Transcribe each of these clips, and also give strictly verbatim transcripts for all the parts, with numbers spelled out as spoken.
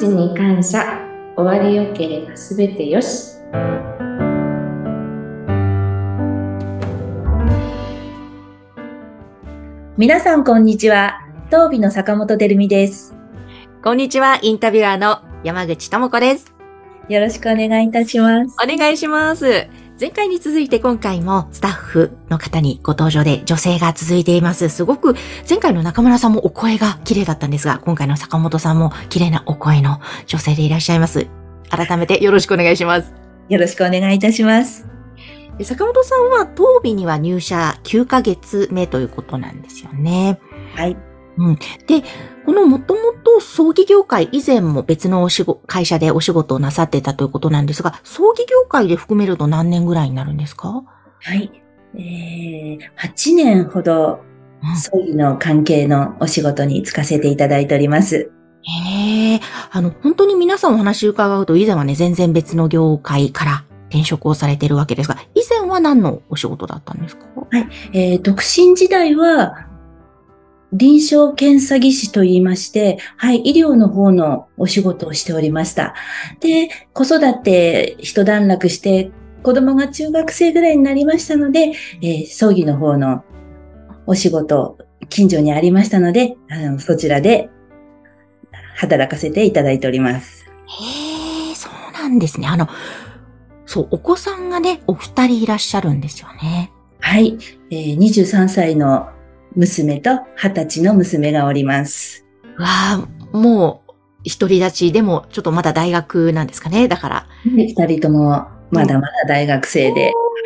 ちに感謝、終わりよければすべてよし。 皆さんこんにちは。当美の坂本てるみです。 こんにちは。インタビュアーの山口智子です。 よろしくお願いいたします。 お願いします。前回に続いて今回もスタッフの方にご登場で女性が続いています。すごく前回の中村さんもお声が綺麗だったんですが、今回の坂本さんも綺麗なお声の女性でいらっしゃいます。改めてよろしくお願いします。 よろしくお願いいたします。 坂本さんは当美には入社きゅうかげつめということなんですよね。 はい。 うん。で、このもともと葬儀業界以前も別のお仕事、会社でお仕事をなさってたということなんですが、葬儀業界で含めると何年ぐらいになるんですか？ はい。えー、はちねんほど葬儀の関係のお仕事に就かせていただいております。 へえ、あの、本当に皆さんお話伺うと以前はね、全然別の業界から転職をされているわけですが、以前は何のお仕事だったんですか？ はい。えー、独身時代は、臨床検査技師と言いまして、はい、医療の方のお仕事をしておりました。で、子育て一段落して、子供が中学生ぐらいになりましたので、えー、葬儀の方のお仕事、近所にありましたので、あの、そちらで働かせていただいております。 へえ、そうなんですね。あの、そう、お子さんがね、お二人いらっしゃるんですよね。 はい、えー、にじゅうさんさいの娘とはたちの娘がおります。 わあ、もう、独り立ちでも、ちょっとまだ大学なんですかね、だから。 二人とも、まだまだ大学生で。 はい。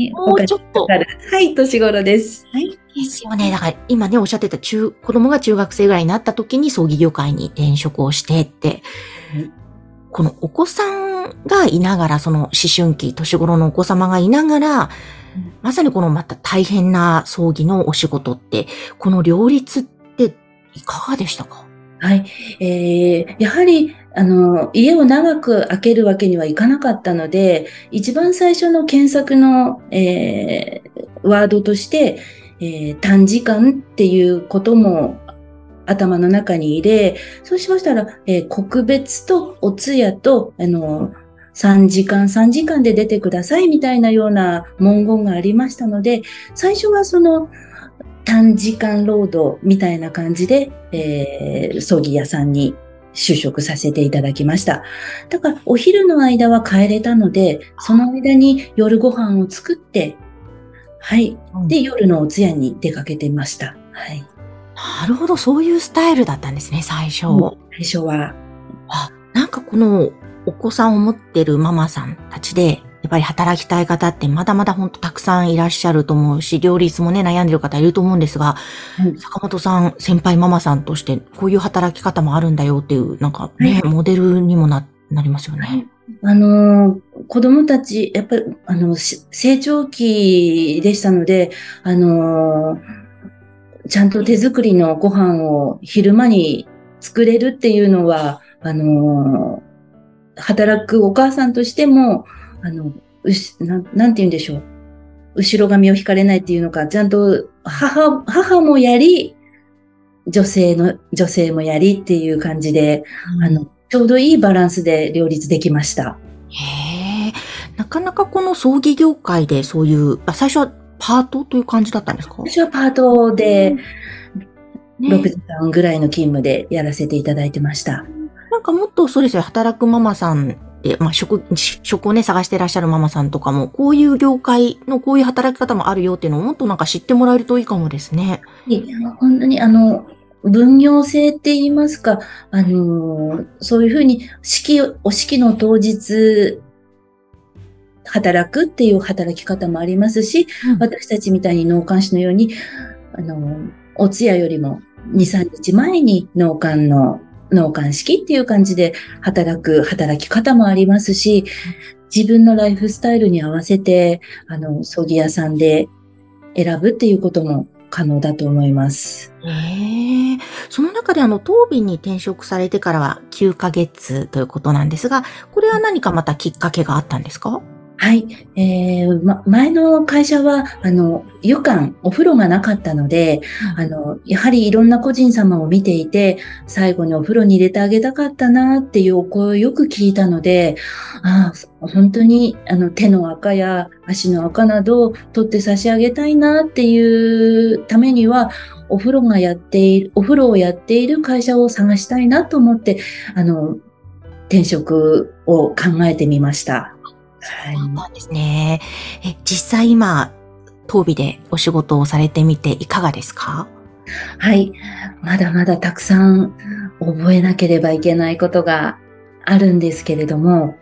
もうちょっと。 はい、年頃です。はい。 ですよね。だから、今ね、おっしゃってた中、子供が中学生ぐらいになった時に葬儀業界に転職をしてって、うん、このお子さんがいながら、その思春期、年頃のお子様がいながら、まさにこのまた大変な葬儀のお仕事って、この両立っていかがでしたか？ はい。えー、やはり、あの、家を長く空けるわけにはいかなかったので、一番最初の検索の、えー、ワードとして、えー、短時間っていうことも頭の中に入れ、そうしましたら、えー、告別とお通夜と、あの、さんじかんさんじかんで出てくださいみたいなような文言がありましたので、最初はその短時間労働みたいな感じで、えー、葬儀屋さんに就職させていただきました。だからお昼の間は帰れたので、その間に夜ご飯を作って、はい。で、夜のお通夜に出かけていました。はい。 なるほど、そういうスタイルだったんですね、最初。うん、 最初は。 あ、なんかこのお子さんを持ってるママさんたちで、やっぱり働きたい方ってまだまだ本当たくさんいらっしゃると思うし、両立もね、悩んでる方いると思うんですが、うん、坂本さん、先輩ママさんとして、こういう働き方もあるんだよっていう、なんかね、はい、モデルにもな、なりますよね。はい、 あの、子供たち、やっぱり、あの、成長期でしたので、あの、ちゃんと手作りのご飯を昼間に作れるっていうのは、あの、働くお母さんとしても、あの、うし、なん、なんて言うんでしょう。後ろ髪を引かれないっていうのか、ちゃんと母、母もやり、女性の、女性もやりっていう感じで、うん、あの、ちょうどいいバランスで両立できました。 へえ、なかなかこの葬儀業界でそういう、あ、最初はパートという感じだったんですか？ 最初はパートで、ろくじかんぐらいの勤務でやらせていただいてました。 なんかもっとそうですよ、働くママさんで、まあ、職、職をね、探してらっしゃるママさんとかも、こういう業界のこういう働き方もあるよっていうのをもっとなんか知ってもらえるといいかもですね。 いや、本当にあの、分業制って言いますか、あの、そういうふうに、式、お式の当日、働くっていう働き方もありますし、うん、私たちみたいに納棺師のように、あの、お通夜よりもに、さんにちまえに納棺の、納棺式っていう感じで働く働き方もありますし、自分のライフスタイルに合わせて、あの、葬儀屋さんで選ぶっていうことも可能だと思います。 へえ。その中であの、当美に転職されてからはきゅうかげつということなんですが、これは何かまたきっかけがあったんですか？ はい。えーま、前の会社は、あの、湯館、お風呂がなかったので、あの、やはりいろんな個人様を見ていて、最後にお風呂に入れてあげたかったなっていうお声をよく聞いたので、ああ、本当に、あの、手の赤や足の赤などを取って差し上げたいなっていうためには、お風呂がやっている、お風呂をやっている会社を探したいなと思って、あの、転職を考えてみました。 そうなんですね。え、実際今、当美でお仕事をされてみていかがですか？ はい。まだまだたくさん覚えなければいけないことがあるんですけれども、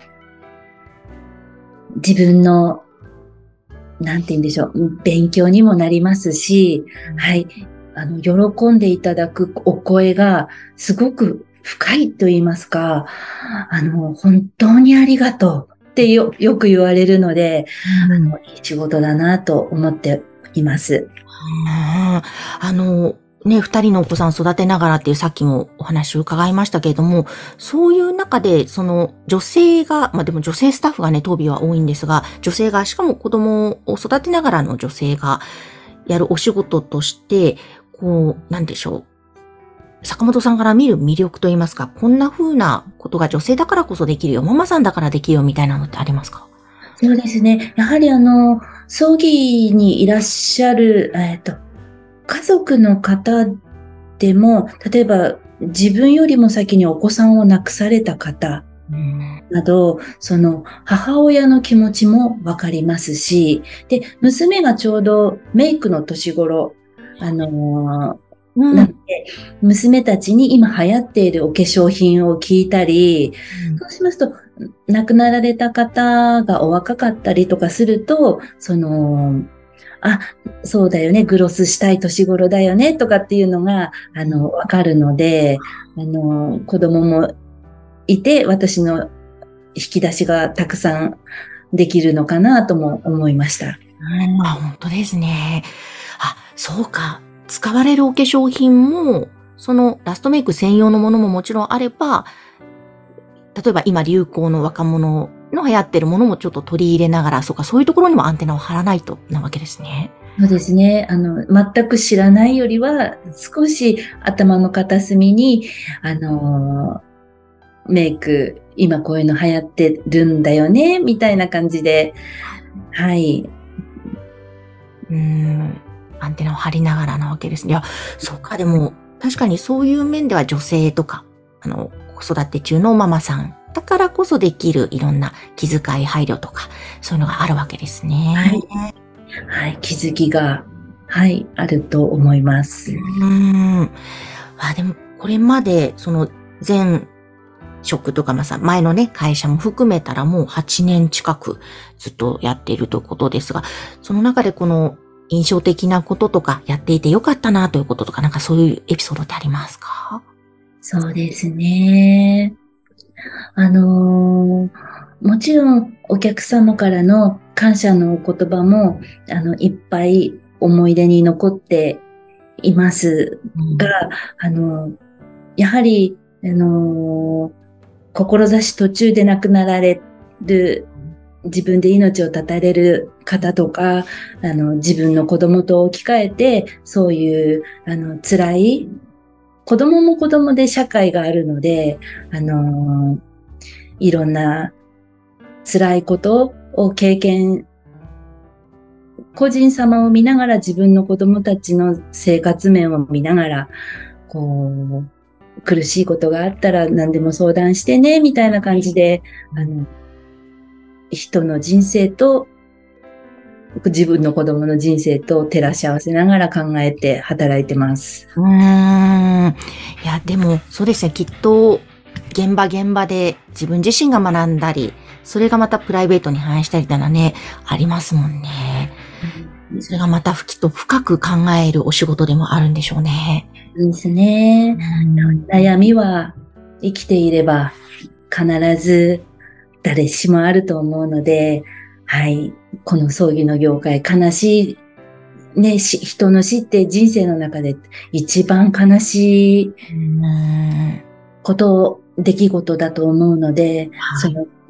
自分の、なんて言うんでしょう、勉強にもなりますし、はい。あの、喜んでいただくお声がすごく深いと言いますか、あの、本当にありがとうってよ、よく言われるので、 うん、 あの、いい仕事だなと思っています。 あの、ね、二人のお子さん育てながらっていうさっきもお話を伺いましたけれども、そういう中で、その女性が、まあでも女性スタッフがね、当美は多いんですが、女性が、しかも子供を育てながらの女性がやるお仕事として、こう、なんでしょう。坂本さんから見る魅力といいますか、こんな風なことが女性だからこそできるよ、ママさんだからできるよみたいなのってありますか？ そうですね。やはりあの、葬儀にいらっしゃる、えっと、家族の方でも、例えば自分よりも先にお子さんを亡くされた方など、その母親の気持ちもわかりますし、で、娘がちょうどメイクの年頃、あのーうん、 なので、娘たちに今流行っているお化粧品を聞いたり、そうしますと、亡くなられた方がお若かったりとかすると、その、あ、そうだよね、グロスしたい年頃だよね、とかっていうのが、あの、わかるので、あの、子供もいて、私の引き出しがたくさんできるのかなとも思いました。 うん、あ、本当ですね。あ、そうか。使われるお化粧品も、そのラストメイク専用のものももちろんあれば、例えば今流行の若者の流行ってるものもちょっと取り入れながら、そうか、そういうところにもアンテナを張らないとなわけですね。 そうですね。あの、全く知らないよりは、少し頭の片隅に、あのー、メイク、今こういうの流行ってるんだよね、みたいな感じで、はい。 うーん。アンテナを張りながらなわけですね。いや、そうか、でも、確かにそういう面では女性とか、あの、子育て中のママさんだからこそできるいろんな気遣い配慮とか、そういうのがあるわけですね。 はい。はい、気づきが、はい、あると思います。 うーん。あ、でも、これまで、その、前職とか、まあさ、前のね、会社も含めたらもうはちねん近くずっとやっているということですが、その中でこの印象的なこととか、やっていてよかったなということとか、なんかそういうエピソードってありますか？ そうですね。あのー、もちろんお客様からの感謝のお言葉も、あの、いっぱい思い出に残っていますが、うん、あの、やはり、あのー、志途中で亡くなられる、自分で命を絶たれる方とか、あの、自分の子供と置き換えて、そういう、あの、辛い、子供も子供で社会があるので、あのー、いろんな辛いことを経験、個人様を見ながら自分の子供たちの生活面を見ながら、こう、苦しいことがあったら何でも相談してね、みたいな感じで、あの、人の人生と自分の子供の人生と照らし合わせながら考えて働いてます。 うーん。いや、でも、そうですね。きっと、現場現場で自分自身が学んだり、それがまたプライベートに反映したりというのはね、ありますもんね。うん、それがまたきっと深く考えるお仕事でもあるんでしょうね。 そうですね。悩みは生きていれば必ず誰しもあると思うので、はい。この葬儀の業界、悲しい、ね、人の死って人生の中で一番悲しいこと、出来事だと思うので、はい、その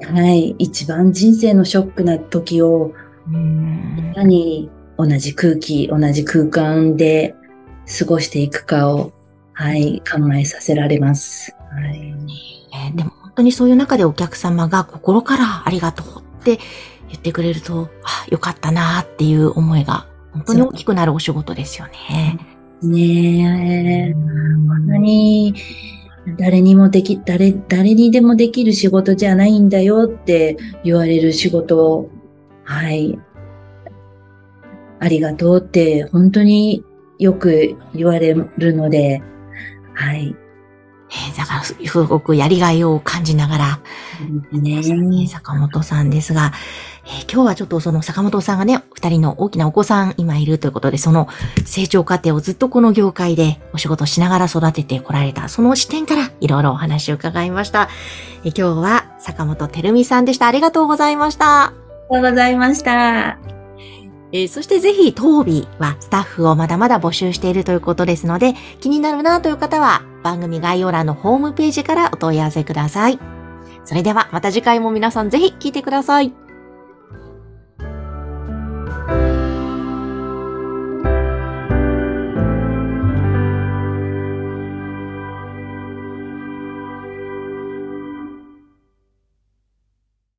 はい。一番人生のショックな時を、いかに同じ空気、同じ空間で過ごしていくかを、はい、考えさせられます。はい。 えー、でも本当にそういう中でお客様が心からありがとうって言ってくれると、あ、よかったなっていう思いが本当に大きくなるお仕事ですよね。 ねえ、本当に誰にもでき、誰、誰にでもできる仕事じゃないんだよって言われる仕事を、はい、ありがとうって本当によく言われるので、はい。 えー、だからすごくやりがいを感じながら、 ね、 坂本さんですが、えー、今日はちょっとその坂本さんがね、二人の大きなお子さん今いるということで、その成長過程をずっとこの業界でお仕事しながら育ててこられた、その視点からいろいろお話を伺いました。えー、今日は坂本照美さんでした。ありがとうございました。 ありがとうございました。 えー、そしてぜひ、当日はスタッフをまだまだ募集しているということですので、気になるなという方は番組概要欄のホームページからお問い合わせください。それではまた次回も皆さんぜひ聞いてください。